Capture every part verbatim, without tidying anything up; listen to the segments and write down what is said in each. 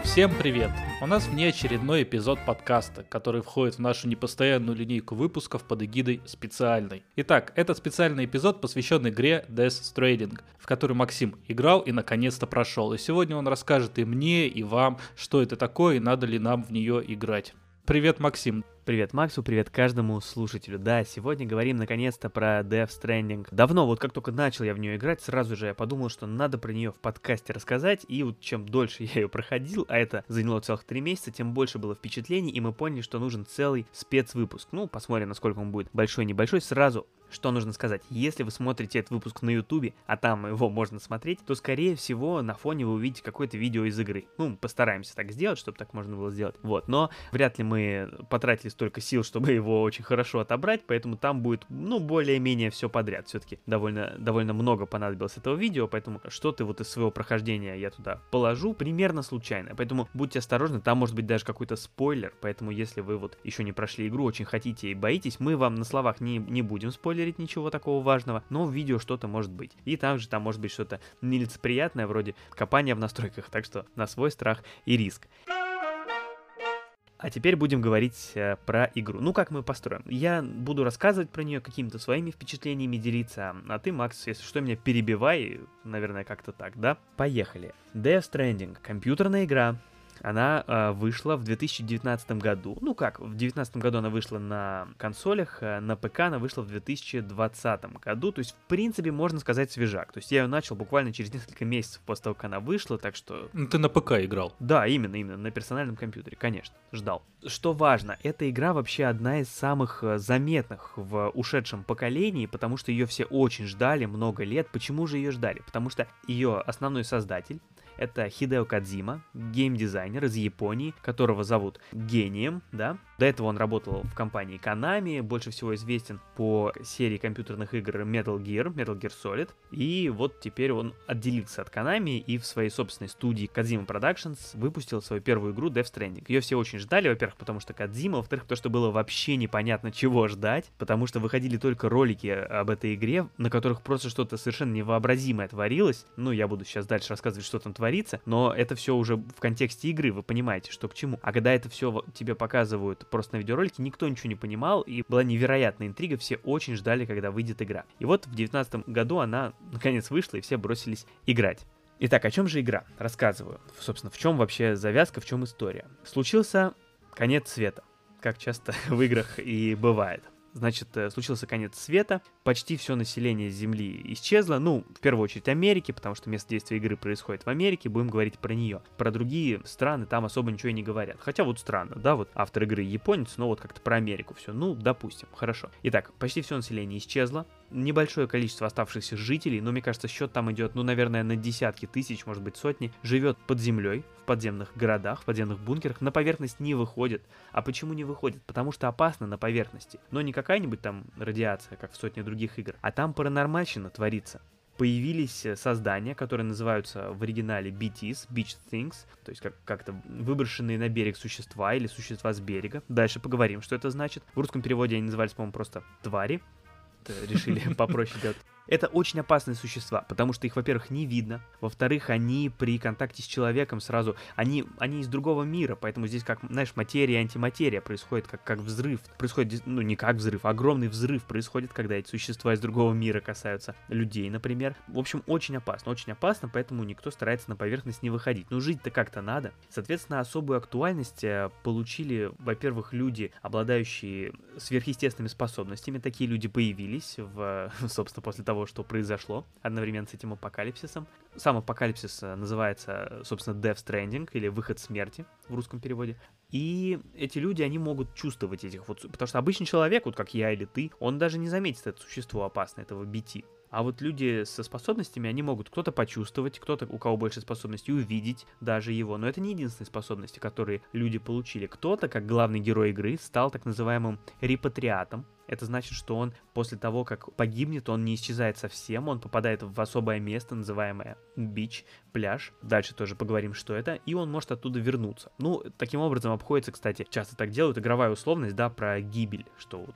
Всем привет! У нас внеочередной эпизод подкаста, который входит в нашу непостоянную линейку выпусков под эгидой «Специальный». Итак, этот специальный эпизод посвящен игре Death Stranding, в которую Максим играл и наконец-то прошел. И сегодня он расскажет и мне, и вам, что это такое и надо ли нам в нее играть. Привет, Максим! Привет Максу, привет каждому слушателю. Да, сегодня говорим наконец-то про Death Stranding. Давно, вот как только начал я в нее играть, сразу же я подумал, что надо про нее в подкасте рассказать. И вот чем дольше я ее проходил, а это заняло целых три месяца, тем больше было впечатлений, и мы поняли, что нужен целый спецвыпуск. Ну, посмотрим, насколько он будет большой-небольшой. Сразу что нужно сказать? Если вы смотрите этот выпуск на ютубе, а там его можно смотреть, то, скорее всего, на фоне вы увидите какое-то видео из игры. Ну, постараемся так сделать, чтобы так можно было сделать. Вот, но вряд ли мы потратили столько сил, чтобы его очень хорошо отобрать, поэтому там будет, ну, более-менее все подряд. Все-таки довольно, довольно много понадобилось этого видео, поэтому что-то вот из своего прохождения я туда положу примерно случайно. Поэтому будьте осторожны, там может быть даже какой-то спойлер, поэтому если вы вот еще не прошли игру, очень хотите и боитесь, мы вам на словах не, не будем спойлерить ничего такого важного, но в видео что-то может быть. И также там может быть что-то нелицеприятное, вроде копания в настройках, так что на свой страх и риск. А теперь будем говорить э, про игру. Ну, как мы построим? Я буду рассказывать про нее, какими-то своими впечатлениями делиться, а ты, Макс, если что, меня перебивай, наверное, как-то так, да? Поехали. Death Stranding. Компьютерная игра. Она э, вышла в две тысячи девятнадцатом году. Ну как, в две тысячи девятнадцатом году она вышла на консолях, э, на ПК она вышла в две тысячи двадцатом году. То есть, в принципе, можно сказать, свежак. То есть, я ее начал буквально через несколько месяцев после того, как она вышла, так что... Ну, ты на ПК играл. Да, именно, именно, на персональном компьютере, конечно, ждал. Что важно, эта игра вообще одна из самых заметных в ушедшем поколении, потому что ее все очень ждали много лет. Почему же ее ждали? Потому что ее основной создатель — это Хидео Кодзима, геймдизайнер из Японии, которого зовут гением, да. До этого он работал в компании Konami, больше всего известен по серии компьютерных игр Metal Gear, Metal Gear Solid. И вот теперь он отделился от Konami и в своей собственной студии Kojima Productions выпустил свою первую игру Death Stranding. Ее все очень ждали, во-первых, потому что Кодзима, во-вторых, потому что было вообще непонятно, чего ждать, потому что выходили только ролики об этой игре, на которых просто что-то совершенно невообразимое творилось. Ну, я буду сейчас дальше рассказывать, что там творится, но это все уже в контексте игры, вы понимаете, что к чему. А когда это все тебе показывают просто на видеоролике, никто ничего не понимал, и была невероятная интрига, все очень ждали, когда выйдет игра. И вот в девятнадцатом году она наконец вышла, и все бросились играть. Итак, о чем же игра? Рассказываю. Собственно, в чем вообще завязка, в чем история. Случился конец света, как часто в играх и бывает. Значит, случился конец света, почти все население Земли исчезло, ну, в первую очередь Америки, потому что место действия игры происходит в Америке, будем говорить про нее. Про другие страны там особо ничего и не говорят, хотя вот странно, да, вот автор игры японец, но вот как-то про Америку все, ну, допустим, хорошо. Итак, почти все население исчезло, небольшое количество оставшихся жителей, но мне кажется, счет там идет, ну, наверное, на десятки тысяч, может быть, сотни, живет под землей, в подземных городах, в подземных бункерах, на поверхность не выходит. А почему не выходит? Потому что опасно на поверхности, но не какая-нибудь там радиация, как в сотне других игр, а там паранормальщина творится. Появились создания, которые называются в оригинале би ти эс, Beach Things, то есть как- как-то выброшенные на берег существа или существа с берега. Дальше поговорим, что это значит. В русском переводе они назывались, по-моему, просто твари. Решили попроще делать. Это очень опасные существа, потому что их, во-первых, не видно, во-вторых, они при контакте с человеком сразу, они, они из другого мира, поэтому здесь, как, знаешь, материя и антиматерия происходит, как, как взрыв, происходит, ну, не как взрыв, а огромный взрыв происходит, когда эти существа из другого мира касаются людей, например. В общем, очень опасно, очень опасно, поэтому никто старается на поверхность не выходить. Но жить-то как-то надо. Соответственно, особую актуальность получили, во-первых, люди, обладающие сверхъестественными способностями, такие люди появились, в, собственно, после того, что произошло одновременно с этим апокалипсисом. Сам апокалипсис называется, собственно, Death Stranding, или Выход смерти в русском переводе. И эти люди, они могут чувствовать этих вот... Потому что обычный человек, вот как я или ты, он даже не заметит это существо опасное, этого би ти. А вот люди со способностями, они могут кто-то почувствовать, кто-то, у кого больше способностей, увидеть даже его. Но это не единственные способности, которые люди получили. Кто-то, как главный герой игры, стал так называемым репатриатом. Это значит, что он после того, как погибнет, он не исчезает совсем, он попадает в особое место, называемое бич, пляж. Дальше тоже поговорим, что это, и он может оттуда вернуться. Ну, таким образом обходится, кстати, часто так делают, игровая условность, да, про гибель, что вот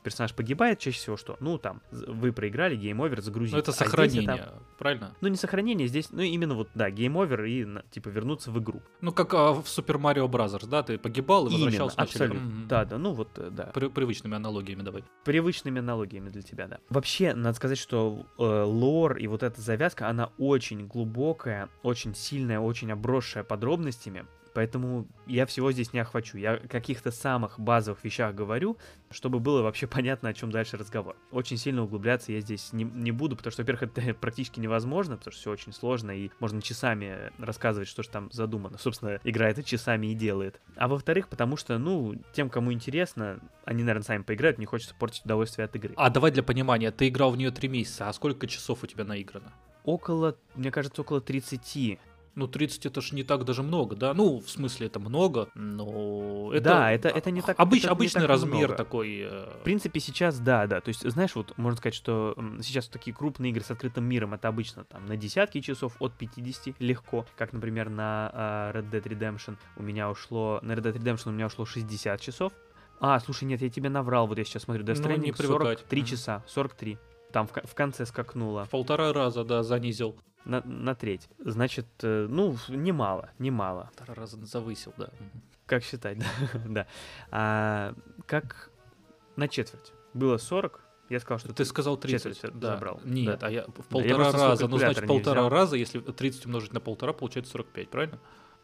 персонаж погибает, чаще всего что? Ну, там, вы проиграли, гейм-овер, загрузить. Ну, это сохранение, а это... правильно? Ну, не сохранение, здесь, ну, именно вот, да, гейм-овер и, типа, вернуться в игру. Ну, как а, в Super Mario Bros., да, ты погибал и возвращался. Именно, абсолютно, mm-hmm. да, да, ну, вот, да. При, привычными аналогиями давай. Привычными аналогиями для тебя, да. Вообще, надо сказать, что э, лор и вот эта завязка, она очень глубокая, очень сильная, очень обросшая подробностями. Поэтому я всего здесь не охвачу. Я о каких-то самых базовых вещах говорю, чтобы было вообще понятно, о чем дальше разговор. Очень сильно углубляться я здесь не, не буду, потому что, во-первых, это практически невозможно, потому что все очень сложно, и можно часами рассказывать, что же там задумано. Собственно, игра это часами и делает. А во-вторых, потому что, ну, тем, кому интересно, они, наверное, сами поиграют, не хочется портить удовольствие от игры. А давай для понимания, ты играл в нее три месяца, а сколько часов у тебя наиграно? Около, мне кажется, около тридцати. Ну, тридцать это ж не так даже много, да? Ну, в смысле, это много, но... Это да, это, это не так обыч, это Обычный не так размер много. такой... Э... В принципе, сейчас, да, да. То есть, знаешь, вот можно сказать, что сейчас такие крупные игры с открытым миром, это обычно там на десятки часов, от пятидесяти легко. Как, например, на uh, Red Dead Redemption у меня ушло... На Red Dead Redemption у меня ушло шестьдесят часов. А, слушай, нет, я тебе наврал, вот я сейчас смотрю, Death Stranding ну, сорок три mm-hmm. часа, сорок три. Там в, в конце скакнуло. В полтора раза, да, занизил. На, на треть. Значит, э, ну, немало, немало. Полтора раза завысил, да. Как считать, да. да. А, как на четверть. Было сорок, я сказал, что ты сказал тридцать, да. забрал. Нет, да. а я в полтора да, раза, я ну, значит, полтора взял. раза, если тридцать умножить на полтора, получается сорок пять, правильно?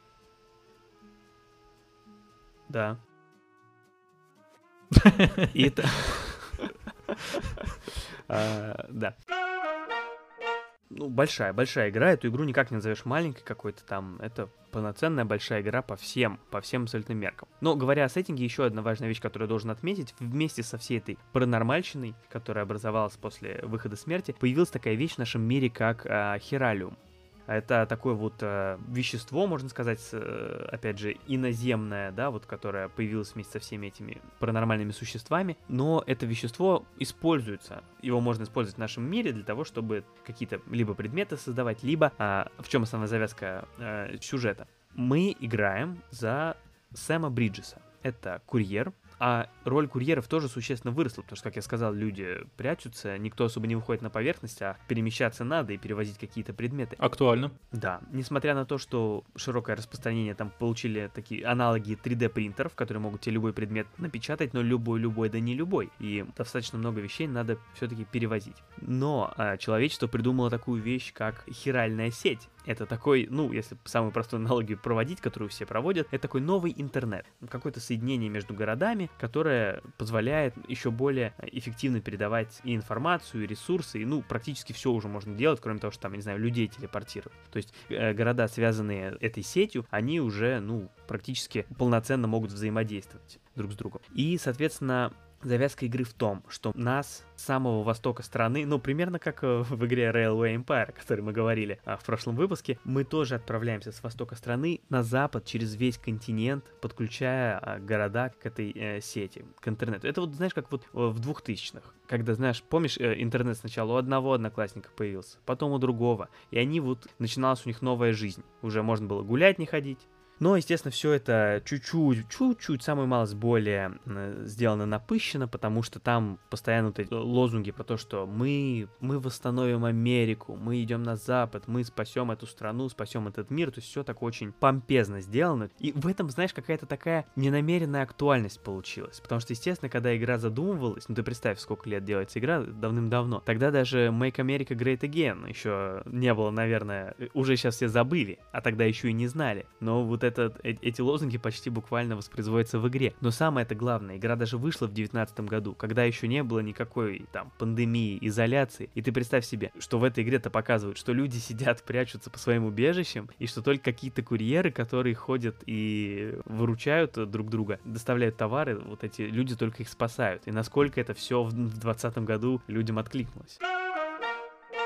Да. И это... Да. Ну, большая, большая игра. Эту игру никак не назовешь маленькой какой-то там. Это полноценная большая игра по всем, по всем абсолютным меркам. Но говоря о сеттинге, еще одна важная вещь, которую я должен отметить. Вместе со всей этой паранормальщиной, которая образовалась после выхода смерти, появилась такая вещь в нашем мире, как э, Хералиум. Это такое вот э, вещество, можно сказать, э, опять же, иноземное, да, вот, которое появилось вместе со всеми этими паранормальными существами, но это вещество используется, его можно использовать в нашем мире для того, чтобы какие-то либо предметы создавать, либо, э, в чем основная завязка э, сюжета, мы играем за Сэма Бриджеса. Это курьер, а роль курьеров тоже существенно выросла, потому что, как я сказал, люди прячутся, никто особо не выходит на поверхность, а перемещаться надо и перевозить какие-то предметы. Актуально. Да, несмотря на то, что широкое распространение, там получили такие аналоги три дэ принтеров, которые могут тебе любой предмет напечатать, но любой-любой, да не любой, и достаточно много вещей надо все-таки перевозить. Но а, человечество придумало такую вещь, как хиральная сеть. Это такой, ну, если самую простую аналогию проводить, которую все проводят, это такой новый интернет. Какое-то соединение между городами, которое позволяет еще более эффективно передавать и информацию, и ресурсы, и, ну, практически все уже можно делать, кроме того, что там, я не знаю, людей телепортировать. То есть э, города, связанные этой сетью, они уже, ну, практически полноценно могут взаимодействовать друг с другом. И, соответственно, завязка игры в том, что нас с самого востока страны, ну, примерно как в игре Railway Empire, о которой мы говорили а, в прошлом выпуске, мы тоже отправляемся с востока страны на запад через весь континент, подключая а, города к этой э, сети, к интернету. Это вот, знаешь, как вот в двухтысячных, когда, знаешь, помнишь, э, интернет сначала у одного одноклассника появился, потом у другого, и они вот, начиналась у них новая жизнь. Уже можно было гулять, не ходить. Но, естественно, все это чуть-чуть, чуть-чуть, самую малость более э, сделано напыщенно, потому что там постоянно вот эти лозунги про то, что мы, мы восстановим Америку, мы идем на Запад, мы спасем эту страну, спасем этот мир, то есть все так очень помпезно сделано. И в этом, знаешь, какая-то такая ненамеренная актуальность получилась, потому что, естественно, когда игра задумывалась, ну ты представь, сколько лет делается игра, давным-давно, тогда даже Make America Great Again еще не было, наверное, уже сейчас все забыли, а тогда еще и не знали, но вот этот, э- эти лозунги почти буквально воспроизводятся в игре. Но самое это главное, игра даже вышла в девятнадцатом году, когда еще не было никакой там пандемии, изоляции. И ты представь себе, что в этой игре-то показывают, что люди сидят, прячутся по своим убежищам, и что только какие-то курьеры, которые ходят и выручают друг друга, доставляют товары, вот эти люди только их спасают. И насколько это все в двадцатом году людям откликнулось.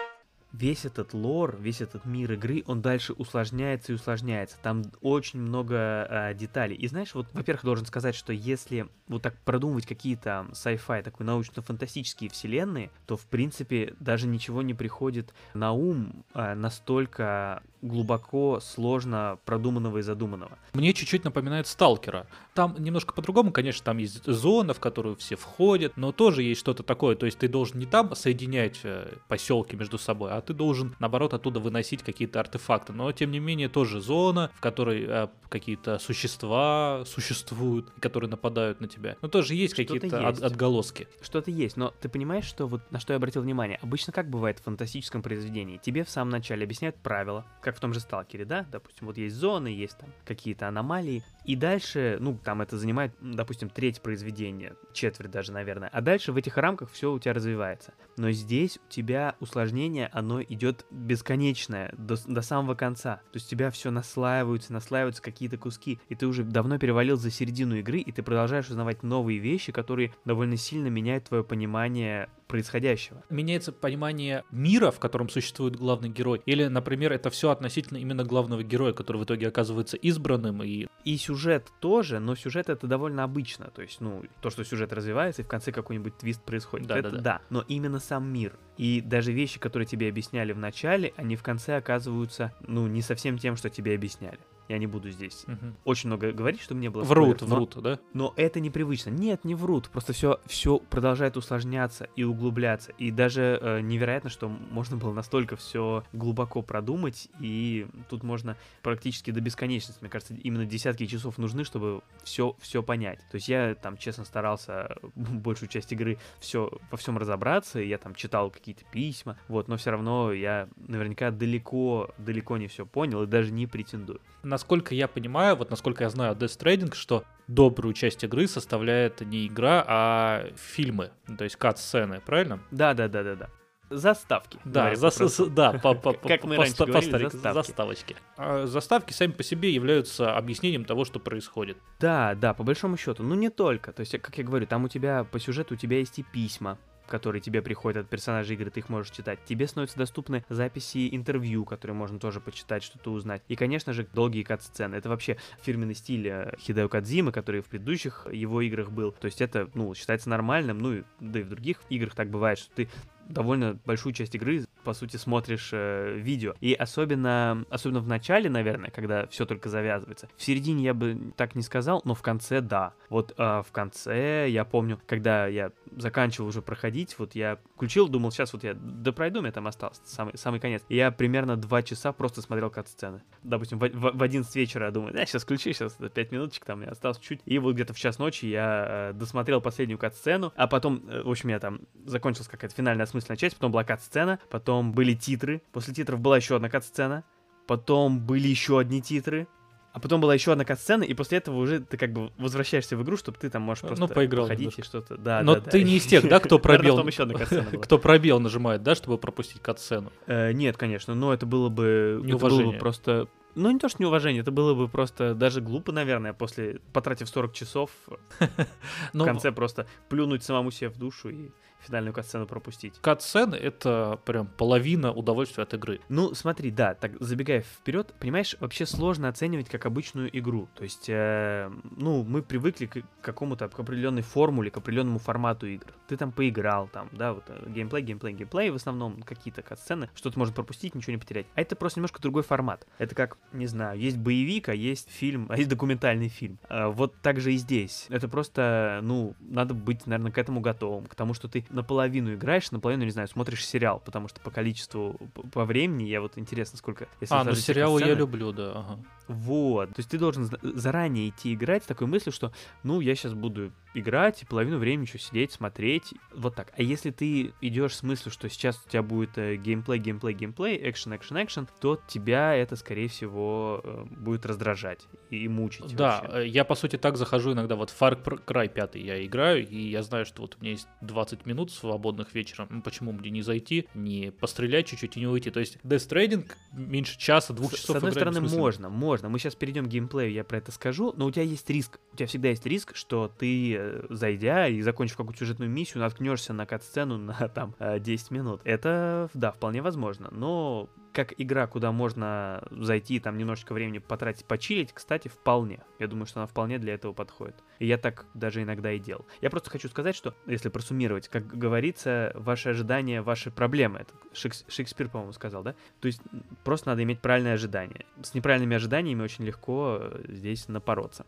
весь этот лор, весь этот мир игры, он дальше усложняется и усложняется. Там очень много э, деталей. И знаешь, вот, во-первых, должен сказать, что если вот так продумывать какие-то sci-fi, такой научно-фантастические вселенные, то, в принципе, даже ничего не приходит на ум э, настолько глубоко, сложно продуманного и задуманного. Мне чуть-чуть напоминает Сталкера. Там немножко по-другому, конечно, там есть зона, в которую все входят, но тоже есть что-то такое. То есть ты должен не там соединять поселки между собой, а ты должен, наоборот, оттуда выносить какие-то артефакты. Но, тем не менее, тоже зона, в которой э, какие-то существа существуют, которые нападают на тебя. Но тоже есть что-то какие-то есть. От- отголоски. Что-то есть, но ты понимаешь, что вот на что я обратил внимание? Обычно как бывает в фантастическом произведении? Тебе в самом начале объясняют правила, как в том же Сталкере, да? Допустим, вот есть зоны, есть там какие-то аномалии, и дальше, ну, там это занимает, допустим, треть произведения, четверть даже, наверное, а дальше в этих рамках все у тебя развивается. Но здесь у тебя усложнение, оно идет бесконечное, до, до самого конца. То есть у тебя все наслаиваются, наслаиваются какие-то куски, и ты уже давно перевалил за середину игры, и ты продолжаешь узнавать новые вещи, которые довольно сильно меняют твое понимание происходящего. Меняется понимание мира, в котором существует главный герой, или, например, это все относительно именно главного героя, который в итоге оказывается избранным и... И сюжет тоже, но сюжет это довольно обычно, то есть, ну, то, что сюжет развивается, и в конце какой-нибудь твист происходит, да, это да, да. да, но именно сам мир. И даже вещи, которые тебе объясняли в начале, они в конце оказываются, ну, не совсем тем, что тебе объясняли. Я не буду здесь угу. очень много говорить, чтобы не было спойлеров. Врут, врут, да? Но это непривычно. Нет, не врут. Просто все, все продолжает усложняться и углубляться. И даже э, невероятно, что можно было настолько все глубоко продумать, и тут можно практически до бесконечности. Мне кажется, именно десятки часов нужны, чтобы все, все понять. То есть я там, честно, старался большую часть игры все, во всем разобраться, я там читал какие-то письма, вот, но все равно я наверняка далеко, далеко не все понял и даже не претендую. Насколько я понимаю, вот насколько я знаю Death Stranding, что добрую часть игры составляет не игра, а фильмы, то есть кат-сцены, правильно? Да-да-да-да-да. Заставки. Да, зас... да по, по, как мы по, раньше по, говорили, по, заставки. заставочки. А заставки сами по себе являются объяснением того, что происходит. Да, да, по большому счету. Ну не только. То есть, как я говорю, там у тебя по сюжету у тебя есть и письма, которые тебе приходят от персонажей игры, ты их можешь читать. Тебе становятся доступны записи интервью, которые можно тоже почитать, что-то узнать. И, конечно же, долгие кат-сцены. Это вообще фирменный стиль Хидео Кодзимы, который в предыдущих его играх был. То есть это, ну, считается нормальным, ну, и, да и в других играх так бывает, что ты довольно большую часть игры, по сути, смотришь э, видео. И особенно, особенно в начале, наверное, когда все только завязывается. В середине я бы так не сказал, но в конце да. Вот э, в конце, я помню, когда я заканчивал уже проходить, вот я включил, думал, сейчас вот я допройду, мне там остался самый, самый конец. И я примерно два часа просто смотрел кат-сцены. Допустим, в, в, в одиннадцать вечера я думаю, да, сейчас включи, сейчас пять минуточек, там мне осталось чуть. И вот где-то в час ночи я э, досмотрел последнюю кат-сцену, а потом, э, в общем, я там закончилась какая-то финальная осмысленная часть, потом была кат-сцена, потом были титры, после титров была еще одна кат-сцена, потом были еще одни титры, а потом была еще одна кат-сцена, и после этого уже ты как бы возвращаешься в игру, чтобы ты там можешь просто ну, поиграл походить немножко. И что-то. Да, но да, ты да. не из тех, да, кто пробел, кто пробел нажимает, да, чтобы пропустить кат-сцену? Э, нет, конечно, но это было бы... Неуважение. Это было бы просто... Ну, не то, что неуважение, это было бы просто даже глупо, наверное, после, потратив сорок часов, в конце просто плюнуть самому себе в душу и финальную кат-сцену пропустить. Кат-сцены — это прям половина удовольствия от игры. Ну, смотри, да, так забегая вперед, понимаешь, вообще сложно оценивать как обычную игру. То есть, э, ну, мы привыкли к какому-то, к определенной формуле, к определенному формату игр. Ты там поиграл, там, да, вот геймплей, геймплей, геймплей, в основном какие-то кат-сцены, что-то можно пропустить, ничего не потерять. А это просто немножко другой формат. Это как, не знаю, есть боевик, а есть фильм, а есть документальный фильм. А вот так же и здесь. Это просто, ну, надо быть, наверное, к этому готовым, к тому, что ты наполовину играешь, наполовину, не знаю, смотришь сериал, потому что по количеству, по времени, я вот интересно, сколько... Если а, ну сериалы я люблю, да, ага. Вот, то есть ты должен заранее идти играть с такой мыслью, что, ну, я сейчас буду играть и половину времени еще сидеть, смотреть, вот так. А если ты идешь с мыслью, что сейчас у тебя будет э, геймплей, геймплей, геймплей, экшен, экшен, экшен, то тебя это, скорее всего, э, будет раздражать и мучить. Да, вообще. Я, по сути, так захожу иногда, вот Far Cry пять я играю, и я знаю, что вот у меня есть двадцать минут, минут свободных вечером, ну, почему мне не зайти, не пострелять чуть-чуть и не уйти? То есть Death Stranding меньше часа, двух часов С одной играть стороны, можно, можно. Мы сейчас перейдем к геймплею, я про это скажу, но у тебя есть риск. У тебя всегда есть риск, что ты, зайдя и закончив какую-то сюжетную миссию, наткнешься на кат-сцену на там десять минут. Это, да, вполне возможно. Но как игра, куда можно зайти, там немножечко времени потратить, почилить, кстати, вполне. Я думаю, что она вполне для этого подходит. И я так даже иногда и делал. Я просто хочу сказать, что, если просуммировать, как говорится, ваши ожидания, ваши проблемы. Это Шекс- Шекспир, по-моему, сказал, да? То есть просто надо иметь правильные ожидания. С неправильными ожиданиями очень легко здесь напороться.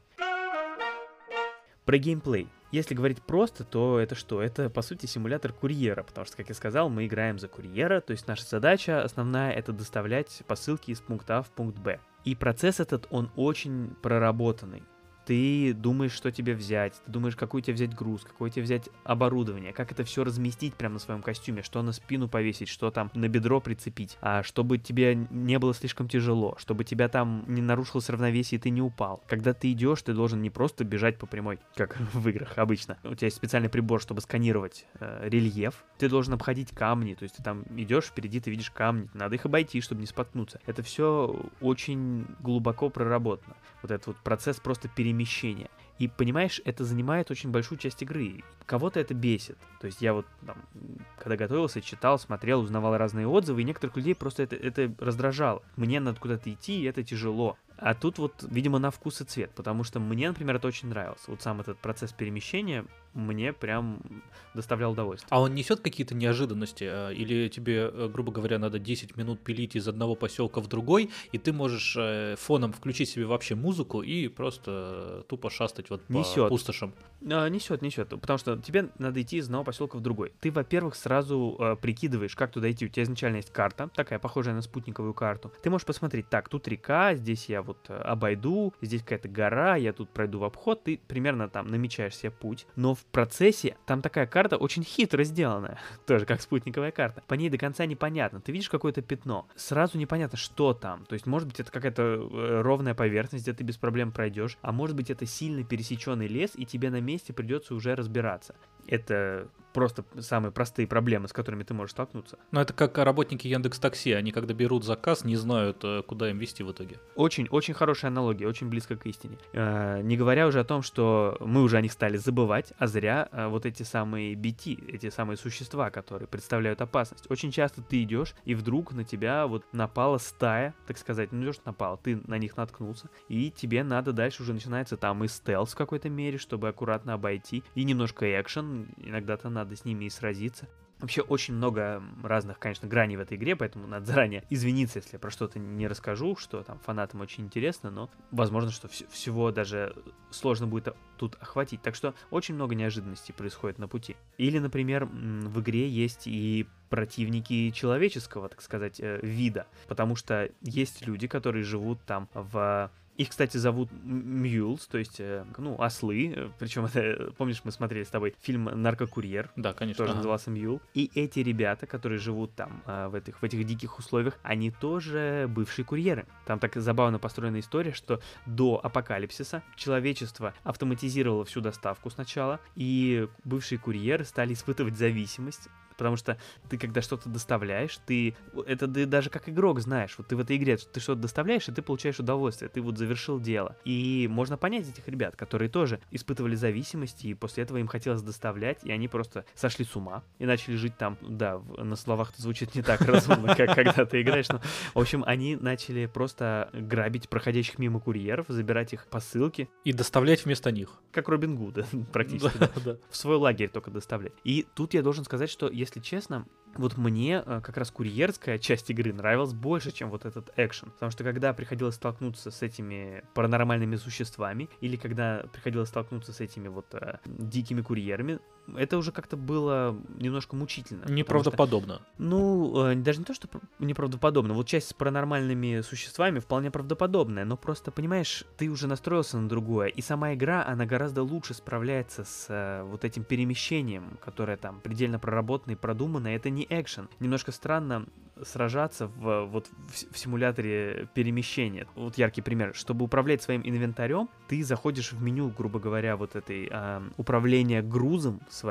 Про геймплей. Если говорить просто, то это что? Это, по сути, симулятор курьера, потому что, как я сказал, мы играем за курьера, то есть наша задача основная — это доставлять посылки из пункта А в пункт Б. И процесс этот, он очень проработанный. Ты думаешь, что тебе взять, ты думаешь, какой тебе взять груз, какое тебе взять оборудование, как это все разместить прямо на своем костюме, что на спину повесить, что там на бедро прицепить, а чтобы тебе не было слишком тяжело, чтобы тебя там не нарушилось равновесие и ты не упал. Когда ты идешь, ты должен не просто бежать по прямой, как в играх обычно. У тебя есть специальный прибор, чтобы сканировать э, рельеф. Ты должен обходить камни, то есть ты там идешь, впереди ты видишь камни, надо их обойти, чтобы не споткнуться. Это все очень глубоко проработано. Вот этот вот процесс просто перемещения. И, понимаешь, это занимает очень большую часть игры. Кого-то это бесит. То есть я вот, там, когда готовился, читал, смотрел, узнавал разные отзывы, и некоторых людей просто это, это раздражало. Мне надо куда-то идти, и это тяжело. А тут вот, видимо, на вкус и цвет, потому что мне, например, это очень нравилось. Вот сам этот процесс перемещения мне прям доставлял удовольствие. А он несет какие-то неожиданности? Или тебе, грубо говоря, надо десять минут пилить из одного поселка в другой, и ты можешь фоном включить себе вообще музыку и просто тупо шастать вот несет. по пустошам? А, несет, несет, потому что тебе надо идти из одного поселка в другой. Ты, во-первых, сразу э, прикидываешь, как туда идти. У тебя изначально есть карта, такая похожая на спутниковую карту. Ты можешь посмотреть, так, тут река, здесь я вот обойду, здесь какая-то гора, я тут пройду в обход, ты примерно там намечаешь себе путь. Но в процессе там такая карта очень хитро сделанная, тоже как спутниковая карта. По ней до конца непонятно. Ты видишь какое-то пятно, сразу непонятно, что там. То есть, может быть, это какая-то ровная поверхность, где ты без проблем пройдешь, а может быть, это сильно пересеченный лес, и тебе на месте придется уже разбираться. Это просто самые простые проблемы, с которыми ты можешь столкнуться. Ну, это как работники Яндекс.Такси. Они, когда берут заказ, не знают, куда им везти в итоге. Очень, очень хорошая аналогия, очень близко к истине. Э, не говоря уже о том, что мы уже о них стали забывать, а зря э, вот эти самые би ти, эти самые существа, которые представляют опасность. Очень часто ты идешь, и вдруг на тебя вот напала стая, так сказать, ну не то, что напала, ты на них наткнулся, и тебе надо дальше уже начинается там и стелс в какой-то мере, чтобы аккуратно обойти, и немножко экшен, иногда-то надо с ними и сразиться. Вообще очень много разных, конечно, граней в этой игре, поэтому надо заранее извиниться, если я про что-то не расскажу, что там фанатам очень интересно, но возможно, что вс- всего даже сложно будет тут охватить. Так что очень много неожиданностей происходит на пути. Или, например, в игре есть и противники человеческого, так сказать, вида, потому что есть люди, которые живут там в... Их, кстати, зовут Mules, то есть, ну, ослы. Причем это, помнишь, мы смотрели с тобой фильм «Наркокурьер». Да, конечно. Тоже ага. назывался Мьюл. И эти ребята, которые живут там, в этих, в этих диких условиях, они тоже бывшие курьеры. Там так забавно построена история, что до апокалипсиса человечество автоматизировало всю доставку сначала, и бывшие курьеры стали испытывать зависимость. Потому что ты, когда что-то доставляешь, ты... Это ты даже как игрок знаешь. Вот ты в этой игре, ты что-то доставляешь, и ты получаешь удовольствие. Ты вот завершил дело. И можно понять этих ребят, которые тоже испытывали зависимость, и после этого им хотелось доставлять, и они просто сошли с ума и начали жить там. Да, в, на словах это звучит не так разумно, как когда ты играешь. Но, в общем, они начали просто грабить проходящих мимо курьеров, забирать их посылки. И доставлять вместо них. Как Робин Гуда, практически. Да, да. В свой лагерь только доставлять. И тут я должен сказать, что, если честно, вот мне как раз курьерская часть игры нравилась больше, чем вот этот экшен. Потому что когда приходилось столкнуться с этими паранормальными существами, или когда приходилось столкнуться с этими вот э, дикими курьерами, это уже как-то было немножко мучительно. Неправдоподобно. Что, ну, э, даже не то, что неправдоподобно. Вот часть с паранормальными существами вполне правдоподобная, но просто, понимаешь, ты уже настроился на другое, и сама игра, она гораздо лучше справляется с э, вот этим перемещением, которое там предельно проработано и продумано. Это не экшен. Немножко странно сражаться в, вот, в, в симуляторе перемещения. Вот яркий пример. Чтобы управлять своим инвентарем, ты заходишь в меню, грубо говоря, вот этой э, управления грузом своим,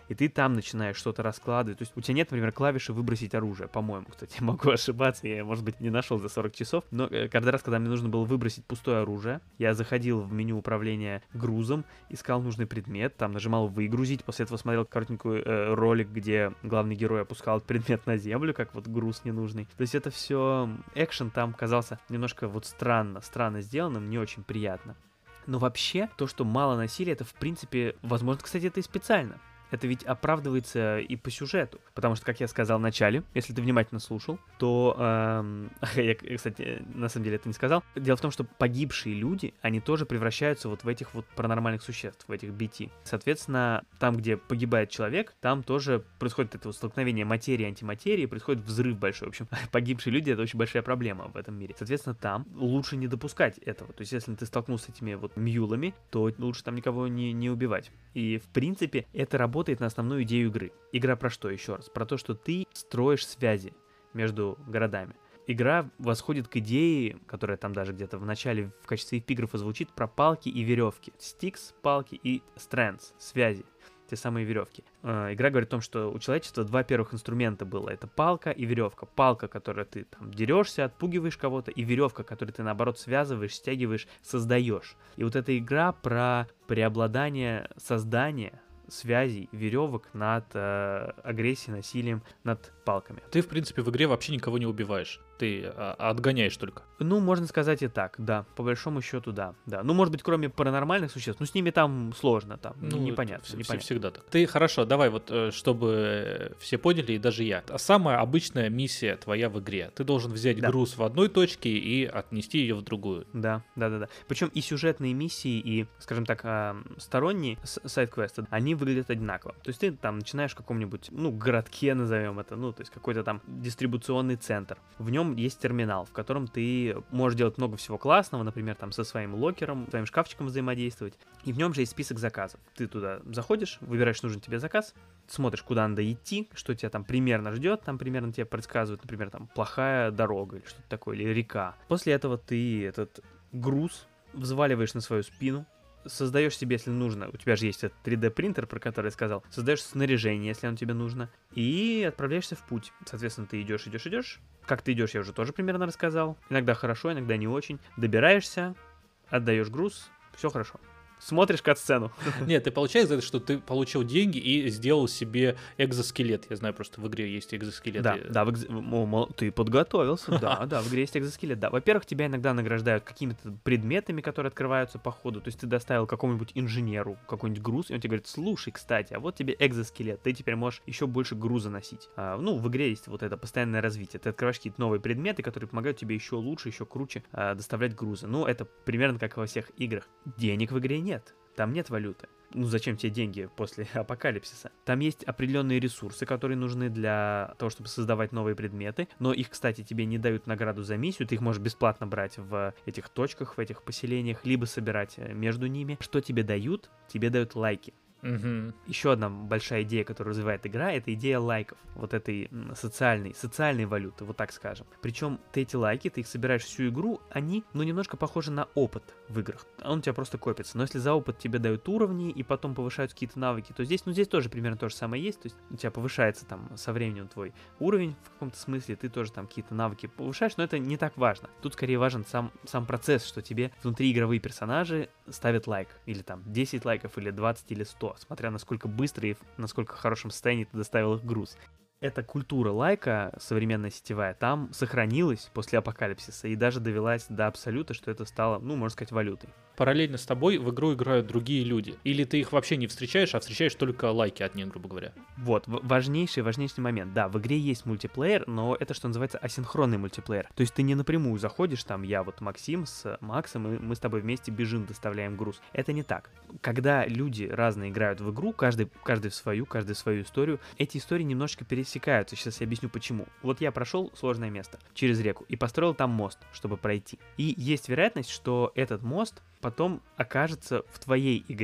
и ты там начинаешь что-то раскладывать. То есть у тебя нет, например, клавиши «выбросить оружие», по-моему, кстати, я могу ошибаться, я, может быть, не нашел за сорок часов, но каждый раз, когда мне нужно было выбросить пустое оружие, я заходил в меню управления грузом, искал нужный предмет, там нажимал «выгрузить», после этого смотрел коротенький э, ролик, где главный герой опускал предмет на землю, как вот груз ненужный. То есть это все, экшен там казался немножко вот странно, странно сделанным, не очень приятно. Но вообще, то, что мало насилия, это в принципе, возможно, кстати, это и специально. Это ведь оправдывается и по сюжету. Потому что, как я сказал в начале, если ты внимательно слушал, то... Эм, я, кстати, на самом деле это не сказал. Дело в том, что погибшие люди, они тоже превращаются вот в этих вот паранормальных существ, в этих би ти. Соответственно, там, где погибает человек, там тоже происходит это вот столкновение материи и антиматерии, происходит взрыв большой. В общем, погибшие люди — это очень большая проблема в этом мире. Соответственно, там лучше не допускать этого. То есть, если ты столкнулся с этими вот мьюлами, то лучше там никого не, не убивать. И, в принципе, это работает на основную идею игры. Игра про что, еще раз? Про то, что ты строишь связи между городами. Игра восходит к идее, которая там даже где-то в начале в качестве эпиграфа звучит, про палки и веревки. Sticks, палки, и strands, связи. Те самые веревки. Э, игра говорит о том, что у человечества два первых инструмента было. Это палка и веревка. Палка, которой ты там дерешься, отпугиваешь кого-то, и веревка, которую ты наоборот связываешь, стягиваешь, создаешь. И вот эта игра про преобладание создания связей, веревок над э, агрессией, насилием, над палками. Ты, в принципе, в игре вообще никого не убиваешь. Ты а, отгоняешь только. Ну, можно сказать и так, да. По большому счету, да. да. Ну, может быть, кроме паранормальных существ, ну, с ними там сложно, там, ну, непонятно. Вс- непонятно. Всегда так. Ты, хорошо, давай вот, чтобы все поняли, и даже я. Самая обычная миссия твоя в игре. Ты должен взять да. груз в одной точке и отнести ее в другую. Да, да, да, да. Причем и сюжетные миссии, и, скажем так, сторонние сайд-квесты, они выглядят одинаково. То есть ты там начинаешь в каком-нибудь, ну, городке, назовем это, ну, то есть какой-то там дистрибуционный центр. В нем есть терминал, в котором ты можешь делать много всего классного, например, там со своим локером, своим шкафчиком взаимодействовать. И в нем же есть список заказов. Ты туда заходишь, выбираешь нужный тебе заказ, смотришь, куда надо идти, что тебя там примерно ждет, там примерно тебе предсказывают, например, там плохая дорога или что-то такое, или река. После этого ты этот груз взваливаешь на свою спину, создаешь себе, если нужно, у тебя же есть этот три дэ принтер, про который я сказал, создаешь снаряжение, если оно тебе нужно, и отправляешься в путь. Соответственно, ты идешь, идешь, идешь. Как ты идешь, я уже тоже примерно рассказал. Иногда хорошо, иногда не очень. Добираешься, отдаешь груз, все хорошо. Смотришь кат-сцену. Нет, ты получаешь за это, что ты получил деньги и сделал себе экзоскелет. Я знаю, просто в игре есть экзоскелет. Да, да, в экз... О, ты подготовился, да, да, в игре есть экзоскелет, да. Во-первых, тебя иногда награждают какими-то предметами, которые открываются по ходу. То есть ты доставил какому-нибудь инженеру какой-нибудь груз, и он тебе говорит: слушай, кстати, а вот тебе экзоскелет, ты теперь можешь еще больше груза носить. А, ну, в игре есть вот это постоянное развитие. Ты открываешь какие-то новые предметы, которые помогают тебе еще лучше, еще круче а, доставлять грузы. Ну, это примерно как во всех играх. Денег в игре нет. Нет, там нет валюты. Ну зачем тебе деньги после апокалипсиса? Там есть определенные ресурсы, которые нужны для того, чтобы создавать новые предметы, но их, кстати, тебе не дают награду за миссию, ты их можешь бесплатно брать в этих точках, в этих поселениях, либо собирать между ними. Что тебе дают? Тебе дают лайки. Угу. Еще одна большая идея, которую развивает игра, это идея лайков, вот этой социальной, социальной валюты, вот так скажем. Причем ты эти лайки, ты их собираешь всю игру, они, ну, немножко похожи на опыт в играх. Он у тебя просто копится. Но если за опыт тебе дают уровни и потом повышаются какие-то навыки, то здесь, ну, здесь тоже примерно то же самое есть. То есть у тебя повышается там со временем твой уровень в каком-то смысле, ты тоже там какие-то навыки повышаешь, но это не так важно. Тут скорее важен сам, сам процесс, что тебе внутриигровые персонажи ставят лайк. Или там десять лайков, или двадцать, или сто. Смотря насколько быстро и насколько в хорошем состоянии ты доставил их груз. Эта культура лайка, современная сетевая, там сохранилась после апокалипсиса и даже довелась до абсолюта, что это стало, ну, можно сказать, валютой. Параллельно с тобой в игру играют другие люди. Или ты их вообще не встречаешь, а встречаешь только лайки от них, грубо говоря. Вот, важнейший, важнейший момент. Да, в игре есть мультиплеер, но это, что называется, асинхронный мультиплеер. То есть ты не напрямую заходишь, там, я вот Максим с Максом, и мы с тобой вместе бежим, доставляем груз. Это не так. Когда люди разные играют в игру, каждый, каждый в свою, каждый в свою историю, эти истории немножечко пересекаются. Сейчас я объясню, почему. Вот я прошел сложное место через реку и построил там мост, чтобы пройти. И есть вероятность, что этот мост потом окажется в твоей игре.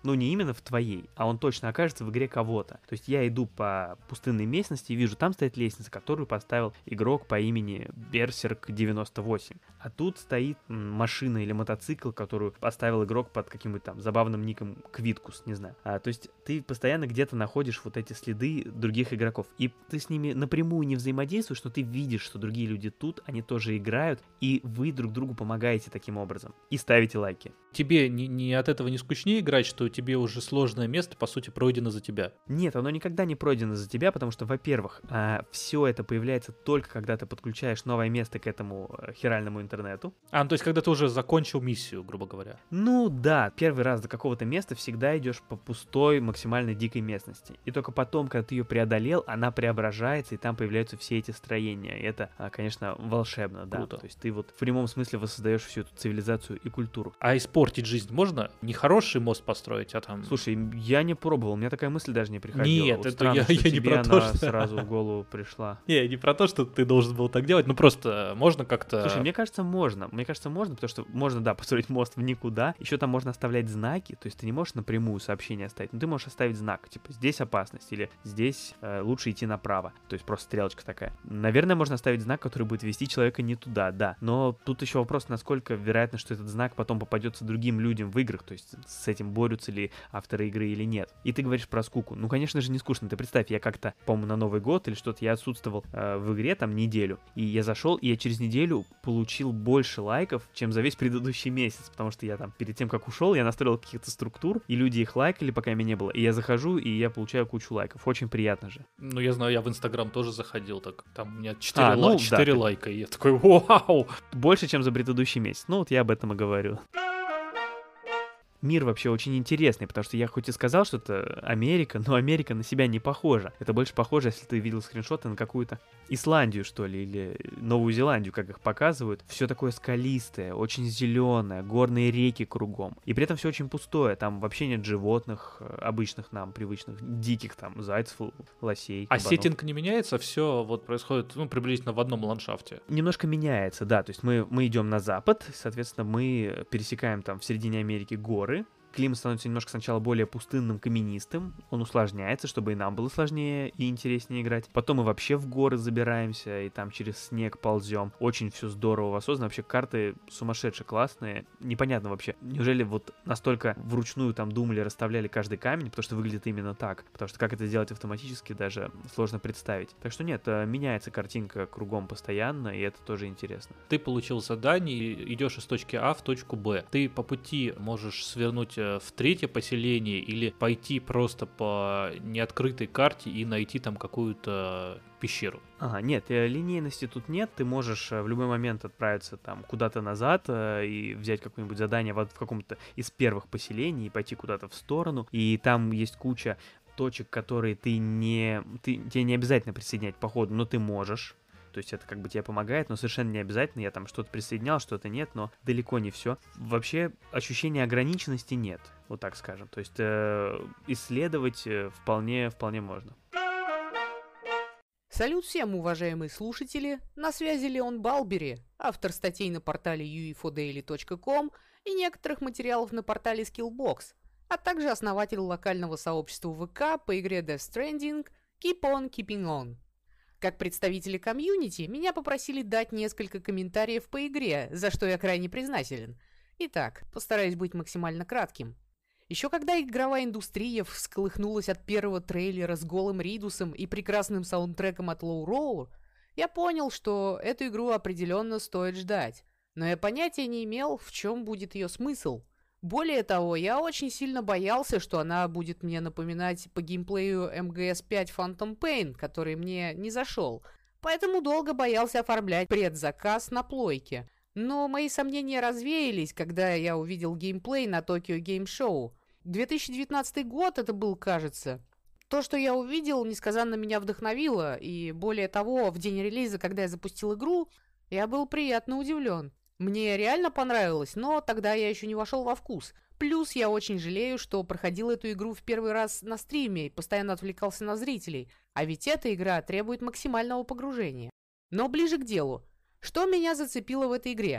Ну, не именно в твоей, а он точно окажется в игре кого-то. То есть я иду по пустынной местности и вижу, там стоит лестница, которую поставил игрок по имени Берсерк девяносто восемь. А тут стоит машина или мотоцикл, которую поставил игрок под каким-нибудь там забавным ником Квиткус, не знаю. А, то есть ты постоянно где-то находишь вот эти следы других игроков. И ты с ними напрямую не взаимодействуешь, но ты видишь, что другие люди тут, они тоже играют, и вы друг другу помогаете таким образом. И ставите лайки. Тебе не, не от этого не скучнее играть, что тебе уже сложное место, по сути, пройдено за тебя? Нет, оно никогда не пройдено за тебя, потому что, во-первых, а, все это появляется только когда ты подключаешь новое место к этому хиральному интернету. А, ну то есть когда ты уже закончил миссию, грубо говоря. Ну да, первый раз до какого-то места всегда идешь по пустой, максимально дикой местности. И только потом, когда ты ее преодолел, она преображается, и там появляются все эти строения. И это, конечно, волшебно, да. Круто. То есть ты вот в прямом смысле воссоздаешь всю эту цивилизацию и культуру. А испортить жизнь можно? Не хороший мост построить, а там... Слушай, я не пробовал, у меня такая мысль даже не приходила. Нет, вот это странно, я, что я не тебе про она то, что... сразу в голову пришла. Не, не про то, что ты должен был так делать, ну просто можно как-то... Слушай, мне кажется, можно. Мне кажется, можно, потому что можно, да, построить мост в никуда. Еще там можно оставлять знаки, то есть ты не можешь напрямую сообщение оставить, но ты можешь оставить знак, типа здесь опасность или здесь э, лучше идти направо. То есть просто стрелочка такая. Наверное, можно оставить знак, который будет вести человека не туда, да. Но тут еще вопрос, насколько вероятно, что этот знак потом попадется другим людям в играх, то есть с этим борются ли авторы игры или нет. И ты говоришь про скуку. Ну, конечно же, не скучно. Ты представь, я как-то, по-моему, на Новый год или что-то, я отсутствовал э, в игре там неделю. И я зашел, и я через неделю получил больше лайков, чем за весь предыдущий месяц, потому что я там перед тем, как ушел, я настроил каких-то структур, и люди их лайкали, пока меня не было. И я захожу, и я получаю кучу лайков. Очень приятно же. Ну, я знаю, я в Инстаграм тоже заходил, так там у меня четыре, А, ну, лай- четыре да, лайка, и я такой, вау! Больше, чем за предыдущий месяц. Ну, вот я об этом и говорю. Мир вообще очень интересный, потому что я хоть и сказал, что это Америка, но Америка на себя не похожа. Это больше похоже, если ты видел скриншоты, на какую-то Исландию, что ли, или Новую Зеландию, как их показывают. Все такое скалистое, очень зеленое, горные реки кругом. И при этом все очень пустое. Там вообще нет животных, обычных нам, привычных, диких там, зайцев, лосей. А кабанов. сеттинг не меняется, все вот происходит, ну, приблизительно в одном ландшафте. Немножко меняется, да. То есть мы, мы идем на запад, соответственно, мы пересекаем там в середине Америки горы. Климат становится немножко сначала более пустынным, каменистым. Он усложняется, чтобы и нам было сложнее и интереснее играть. Потом мы вообще в горы забираемся, и там через снег ползем. Очень все здорово воссоздано. Вообще карты сумасшедшие, классные. Непонятно вообще, неужели вот настолько вручную там думали, расставляли каждый камень, потому что выглядит именно так. Потому что как это сделать автоматически, даже сложно представить. Так что нет, меняется картинка кругом постоянно, и это тоже интересно. Ты получил задание, идешь из точки А в точку Б. Ты по пути можешь свернуть в третье поселение или пойти просто по неоткрытой карте и найти там какую-то пещеру. Ага, нет, линейности тут нет, ты можешь в любой момент отправиться там куда-то назад и взять какое-нибудь задание в, в каком-то из первых поселений и пойти куда-то в сторону, и там есть куча точек, которые ты не... Ты, тебе не обязательно присоединять по ходу, но ты можешь. То есть это как бы тебе помогает, но совершенно не обязательно. Я там что-то присоединял, что-то нет, но далеко не все. Вообще ощущения ограниченности нет, вот так скажем. То есть э, исследовать вполне, вполне можно. Салют всем, уважаемые слушатели! На связи Леон Балбери, автор статей на портале ю эф о дейли точка ком и некоторых материалов на портале Skillbox, а также основатель локального сообщества ВК по игре Death Stranding Keep on Keeping On. Как представители комьюнити, меня попросили дать несколько комментариев по игре, за что я крайне признателен. Итак, постараюсь быть максимально кратким. Еще когда игровая индустрия всколыхнулась от первого трейлера с голым Ридусом и прекрасным саундтреком от Low Roar, я понял, что эту игру определенно стоит ждать, но я понятия не имел, в чем будет ее смысл. Более того, я очень сильно боялся, что она будет мне напоминать по геймплею эм гэ эс пять Phantom Pain, который мне не зашел, поэтому долго боялся оформлять предзаказ на плойке. Но мои сомнения развеялись, когда я увидел геймплей на Tokyo Game Show. две тысячи девятнадцатый год это был, кажется. То, что я увидел, несказанно меня вдохновило, и более того, в день релиза, когда я запустил игру, я был приятно удивлен. Мне реально понравилось, но тогда я еще не вошел во вкус. Плюс я очень жалею, что проходил эту игру в первый раз на стриме и постоянно отвлекался на зрителей, а ведь эта игра требует максимального погружения. Но ближе к делу. Что меня зацепило в этой игре?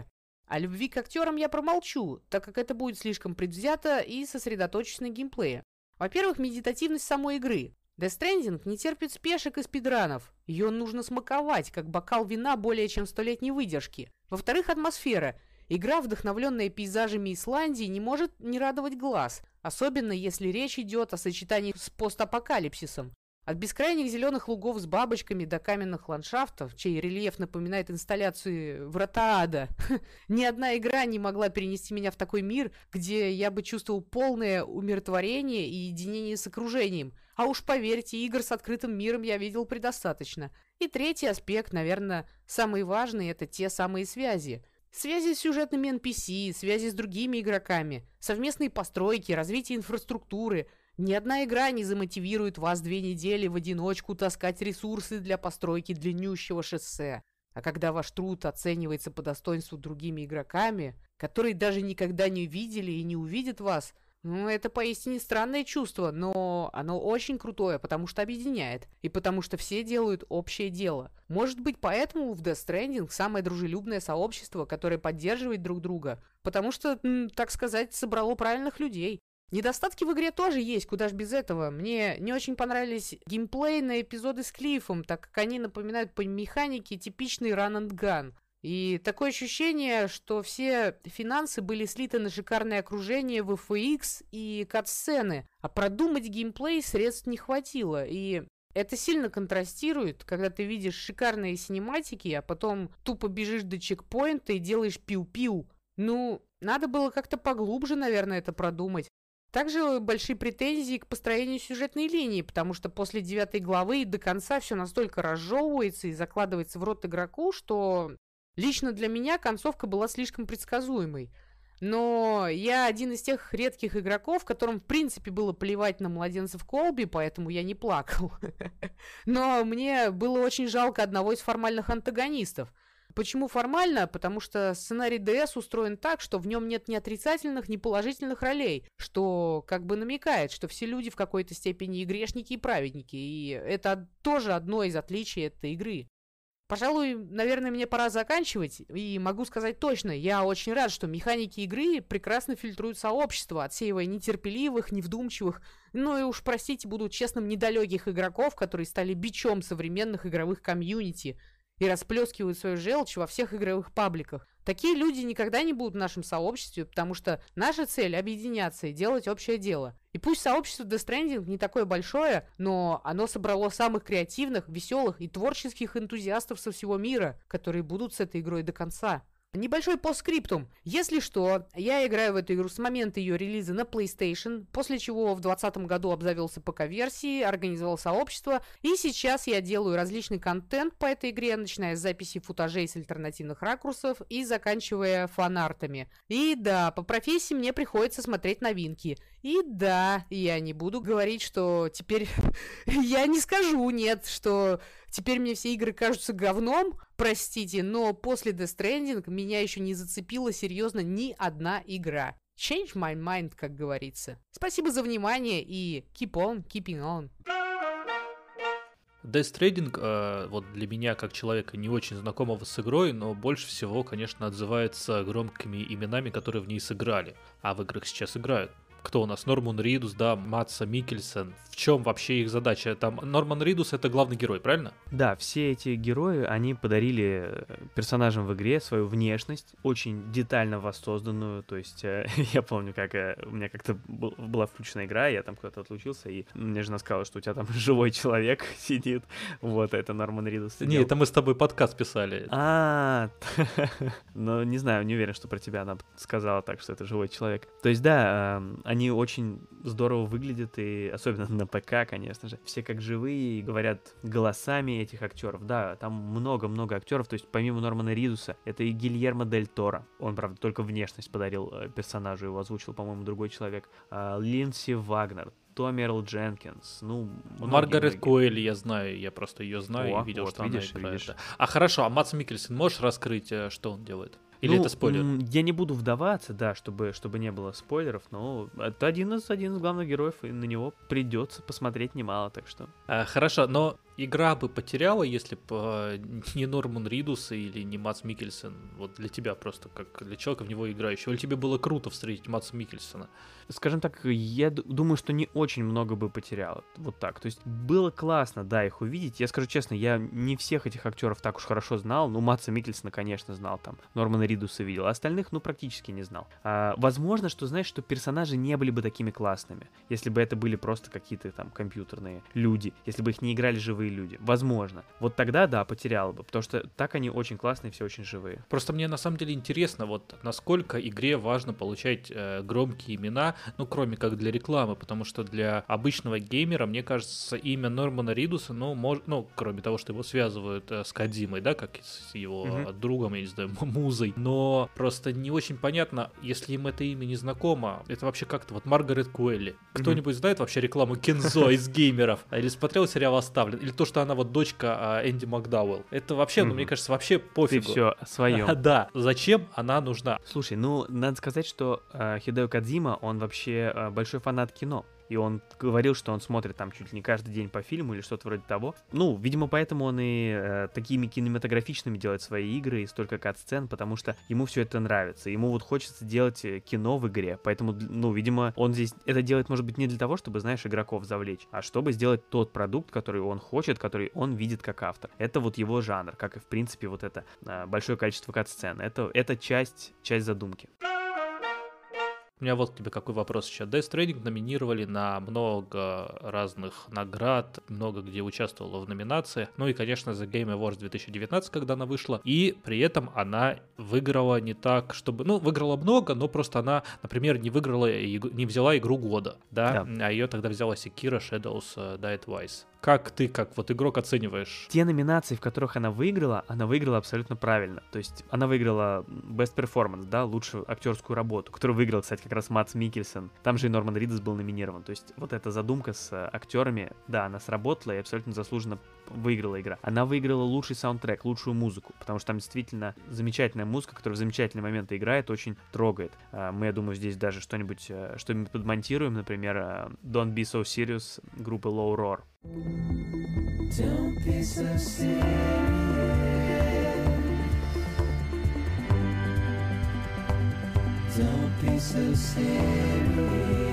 О любви к актерам я промолчу, так как это будет слишком предвзято и сосредоточусь на геймплее. Во-первых, медитативность самой игры. Death Stranding не терпит спешек и спидранов. Ее нужно смаковать, как бокал вина более чем столетней выдержки. Во-вторых, атмосфера. Игра, вдохновленная пейзажами Исландии, не может не радовать глаз, особенно если речь идет о сочетании с постапокалипсисом. От бескрайних зеленых лугов с бабочками до каменных ландшафтов, чей рельеф напоминает инсталляции Врата Ада, ни одна игра не могла перенести меня в такой мир, где я бы чувствовал полное умиротворение и единение с окружением. А уж поверьте, игр с открытым миром я видел предостаточно. И третий аспект, наверное, самый важный, это те самые связи. Связи с сюжетными эн пи си, связи с другими игроками, совместные постройки, развитие инфраструктуры. Ни одна игра не замотивирует вас две недели в одиночку таскать ресурсы для постройки длиннющего шоссе. А когда ваш труд оценивается по достоинству другими игроками, которые даже никогда не видели и не увидят вас, ну, это поистине странное чувство, но оно очень крутое, потому что объединяет, и потому что все делают общее дело. Может быть, поэтому в Death Stranding самое дружелюбное сообщество, которое поддерживает друг друга, потому что, так сказать, собрало правильных людей. Недостатки в игре тоже есть, куда ж без этого. Мне не очень понравились геймплейные эпизоды с Клиффом, так как они напоминают по механике типичный run and gun. И такое ощущение, что все финансы были слиты на шикарное окружение, ви эф икс и кат-сцены, а продумать геймплей средств не хватило. И это сильно контрастирует, когда ты видишь шикарные синематики, а потом тупо бежишь до чекпоинта и делаешь пиу-пиу. Ну, надо было как-то поглубже, наверное, это продумать. Также большие претензии к построению сюжетной линии, потому что после девятой главы и до конца все настолько разжевывается и закладывается в рот игроку, что лично для меня концовка была слишком предсказуемой. Но я один из тех редких игроков, которым в принципе было плевать на младенцев Колби, поэтому я не плакал. Но мне было очень жалко одного из формальных антагонистов. Почему формально? Потому что сценарий ди эс устроен так, что в нем нет ни отрицательных, ни положительных ролей, что как бы намекает, что все люди в какой-то степени и грешники, и праведники, и это тоже одно из отличий этой игры. Пожалуй, наверное, мне пора заканчивать, и могу сказать точно, я очень рад, что механики игры прекрасно фильтруют сообщество, отсеивая нетерпеливых, невдумчивых, ну и уж, простите, буду честным, недалеких игроков, которые стали бичом современных игровых комьюнити и расплескивают свою желчь во всех игровых пабликах. Такие люди никогда не будут в нашем сообществе, потому что наша цель — объединяться и делать общее дело. И пусть сообщество Death Stranding не такое большое, но оно собрало самых креативных, веселых и творческих энтузиастов со всего мира, которые будут с этой игрой до конца. Небольшой постскриптум. Если что, я играю в эту игру с момента ее релиза на PlayStation, после чего в двадцатом году обзавелся пэ ка-версией, организовал сообщество, и сейчас я делаю различный контент по этой игре, начиная с записи футажей с альтернативных ракурсов и заканчивая фанартами. И да, по профессии мне приходится смотреть новинки. И да, я не буду говорить, что теперь... я не скажу, нет, что... Теперь мне все игры кажутся говном, простите, но после Death Stranding меня еще не зацепила серьезно ни одна игра. Change my mind, как говорится. Спасибо за внимание и keep on keeping on. Death Stranding, э, вот для меня, как человека не очень знакомого с игрой, но больше всего, конечно, отзывается громкими именами, которые в ней сыграли, а в играх сейчас играют. Кто у нас? Норман Ридус, да, Мадс Миккельсен. В чем вообще их задача? Там Норман Ридус — это главный герой, правильно? Да, все эти герои, они подарили персонажам в игре свою внешность, очень детально воссозданную. То есть э, я помню, как э, у меня как-то был, была включена игра, я там куда-то отлучился, и мне жена сказала, что у тебя там живой человек сидит. Вот, это Норман Ридус. Не, это мы с тобой подкаст писали. А, ну не знаю, не уверен, что про тебя она сказала так, что это живой человек. То есть да, они очень здорово выглядят, и особенно на ПК, конечно же. Все как живые, и говорят голосами этих актеров. Да, там много-много актеров, то есть помимо Нормана Ридуса, это и Гильермо Дель Торо. Он, правда, только внешность подарил персонажу, его озвучил, по-моему, другой человек. А, Линдси Вагнер, Томми Эрл Дженкинс, ну... Маргарет Коэль, я знаю, я просто ее знаю О, и видел, вот, что видишь, она играет. видишь. Да. А хорошо, а Мадс Миккельсен, можешь раскрыть, что он делает? Или ну, это спойлер? Я не буду вдаваться, да, чтобы, чтобы не было спойлеров, но это один из, один из главных героев, и на него придется посмотреть немало, так что... А, хорошо, но игра бы потеряла, если бы не Норман Ридус или не Мадс Миккельсен? Вот для тебя просто, как для человека в него играющего. Или тебе было круто встретить Мадса Миккельсена? Скажем так, я д- думаю, что не очень много бы потеряло. Вот так. То есть было классно, да, их увидеть. Я скажу честно, я не всех этих актеров так уж хорошо знал. Ну, Мадса Миккельсена, конечно, знал, там, Нормана Ридуса видел, а остальных, ну, практически не знал. А, возможно, что, знаешь, что персонажи не были бы такими классными, если бы это были просто какие-то там компьютерные люди, если бы их не играли живые люди. Возможно. Вот тогда, да, потерял бы, потому что так они очень классные, все очень живые. Просто мне на самом деле интересно, вот насколько игре важно получать э, громкие имена, ну, кроме как для рекламы, потому что для обычного геймера, мне кажется, имя Нормана Ридуса, ну, мож... ну кроме того, что его связывают э, с Кодзимой, да, как с его Mm-hmm. другом, я не знаю, музой, но просто не очень понятно, если им это имя не знакомо, это вообще как-то, вот Маргарет Куэлли. Кто-нибудь mm-hmm. знает вообще рекламу Кензо из геймеров? Или смотрел сериал «Оставлен»? Или то, что она вот дочка э, Энди Макдауэлл? Это вообще, mm-hmm. ну, мне кажется, вообще пофигу. Ты все о своем. Да, зачем она нужна? Слушай, ну, надо сказать, что э, Хидео Кодзима, он вообще э, большой фанат кино. И он говорил, что он смотрит там чуть ли не каждый день по фильму или что-то вроде того. Ну, видимо, поэтому он и э, такими кинематографичными делает свои игры, и столько кат-сцен, потому что ему все это нравится. Ему вот хочется делать кино в игре. Поэтому, ну, видимо, он здесь это делает, может быть, не для того, чтобы, знаешь, игроков завлечь, а чтобы сделать тот продукт, который он хочет, который он видит как автор. Это вот его жанр, как и, в принципе, вот это э, большое количество кат-сцен. Это, это часть, часть задумки. У меня вот к тебе какой вопрос еще. Death Stranding номинировали на много разных наград, много где участвовала в номинациях. Ну и, конечно, The Game Awards две тысячи девятнадцать, когда она вышла. И при этом она выиграла не так, чтобы... Ну, выиграла много, но просто она, например, не выиграла, не взяла игру года, да? да. А ее тогда взяла Sekiro Shadows Die Twice. Как ты, как вот игрок, оцениваешь? Те номинации, в которых она выиграла, она выиграла абсолютно правильно. То есть она выиграла Best Performance, да, лучшую актерскую работу, которую выиграл, кстати, как раз Мадс Миккельсен. Там же и Норман Ридус был номинирован. То есть вот эта задумка с актерами, да, она сработала и абсолютно заслуженно выиграла игра. Она выиграла лучший саундтрек, лучшую музыку, потому что там действительно замечательная музыка, которая в замечательные моменты играет, очень трогает. Мы, я думаю, здесь даже что-нибудь, что-нибудь подмонтируем, например, Don't Be So Serious группы Low Roar. Don't be so serious. Don't be so serious.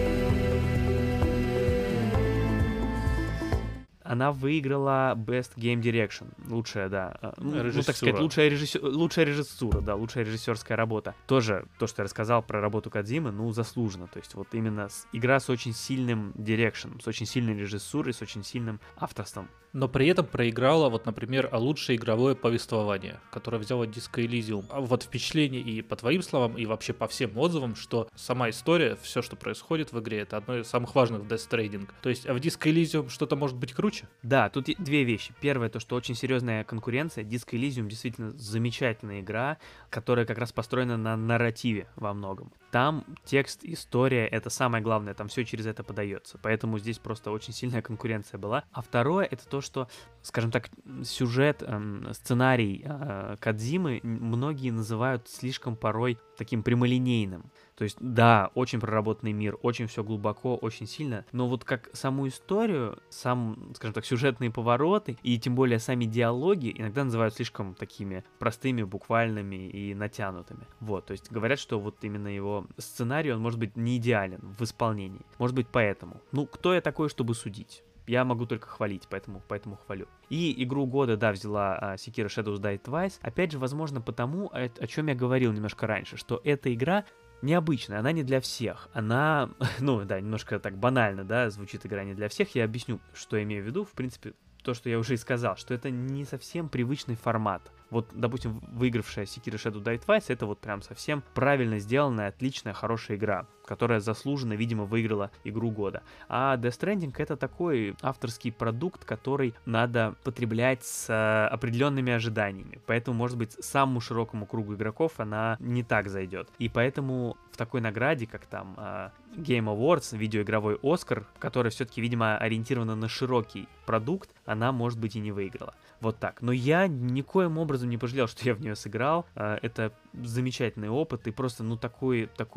Она выиграла Best Game Direction. Лучшая, да. Ну, ну, так сказать, лучшая, режиссер... лучшая режиссура, да, лучшая режиссерская работа. Тоже то, что я рассказал про работу Кодзимы, ну, заслуженно. То есть вот именно с... игра с очень сильным дирекшеном, с очень сильной режиссурой, с очень сильным авторством. Но при этом проиграла, вот, например, лучшее игровое повествование, которое взяло Disco Elysium. А вот впечатление и по твоим словам, и вообще по всем отзывам, что сама история, все, что происходит в игре, это одно из самых важных в Death Stranding. То есть в Disco Elysium что-то может быть круче? Да, тут две вещи. Первое, то, что очень серьезная конкуренция. Disco Elysium действительно замечательная игра, которая как раз построена на нарративе во многом. Там текст, история, это самое главное, там все через это подается. Поэтому здесь просто очень сильная конкуренция была. А второе, это то, что, скажем так, сюжет, эм, сценарий э, Кодзимы многие называют слишком порой таким прямолинейным. То есть, да, очень проработанный мир, очень все глубоко, очень сильно, но вот как саму историю, сам, скажем так, сюжетные повороты и тем более сами диалоги иногда называют слишком такими простыми, буквальными и натянутыми. Вот, то есть говорят, что вот именно его сценарий, он может быть не идеален в исполнении. Может быть, поэтому. Ну, кто я такой, чтобы судить? Я могу только хвалить, поэтому, поэтому хвалю. И игру года, да, взяла а, Sekiro Shadows Die Twice. Опять же, возможно, потому, о, о чем я говорил немножко раньше, что эта игра необычная, она не для всех. Она, ну да, немножко так банально, да, звучит игра не для всех. Я объясню, что я имею в виду. В принципе, то, что я уже и сказал, что это не совсем привычный формат. Вот, допустим, выигравшая Sekiro Shadows Die Twice, это вот прям совсем правильно сделанная, отличная, хорошая игра, которая заслуженно, видимо, выиграла игру года. А Death Stranding — это такой авторский продукт, который надо потреблять с э, определенными ожиданиями. Поэтому, может быть, самому широкому кругу игроков она не так зайдет. И поэтому в такой награде, как там э, Game Awards, видеоигровой Оскар, которая все-таки, видимо, ориентирована на широкий продукт, она, может быть, и не выиграла. Вот так. Но я никоим образом не пожалел, что я в нее сыграл. Это замечательный опыт и просто, ну, такой, такой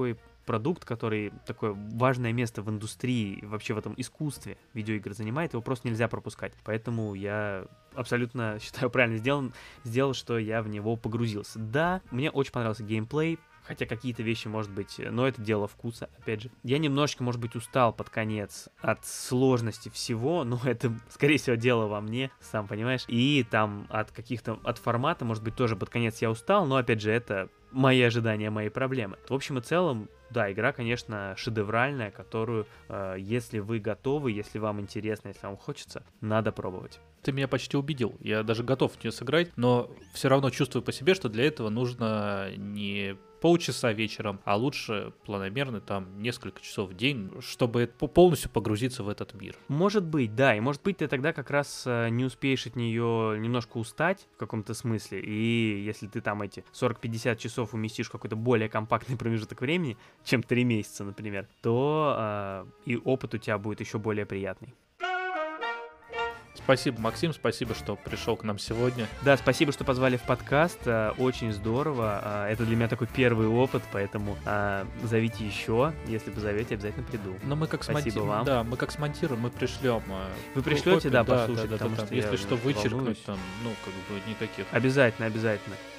продукт, который такое важное место в индустрии, вообще в этом искусстве видеоигр занимает, его просто нельзя пропускать. Поэтому я абсолютно считаю правильно сделан, сделал, что я в него погрузился. Да, мне очень понравился геймплей, хотя какие-то вещи, может быть, но это дело вкуса, опять же. Я немножечко, может быть, устал под конец от сложности всего, но это, скорее всего, дело во мне, сам понимаешь. И там от каких-то, от формата, может быть, тоже под конец я устал, но, опять же, это мои ожидания, мои проблемы. В общем и целом, да, игра, конечно, шедевральная, которую, э, если вы готовы, если вам интересно, если вам хочется, надо пробовать. Ты меня почти убедил. Я даже готов в нее сыграть, но все равно чувствую по себе, что для этого нужно не полчаса вечером, а лучше планомерно там несколько часов в день, чтобы полностью погрузиться в этот мир. Может быть, да, и может быть ты тогда как раз не успеешь от нее немножко устать в каком-то смысле, и если ты там эти сорок-пятьдесят часов уместишь в какой-то более компактный промежуток времени, чем три месяца, например, то э, и опыт у тебя будет еще более приятный. Спасибо, Максим, спасибо, что пришел к нам сегодня. Да, спасибо, что позвали в подкаст, очень здорово. Это для меня такой первый опыт, поэтому зовите еще, если позовете, обязательно приду. Но мы как спасибо смонти... вам. Да, мы как смонтируем, мы пришлем. Вы пришлете, копию, да, да, послушать, да, да, потому да, что если я что, вычеркнуть волнуюсь. там, ну, как бы никаких. Обязательно, обязательно.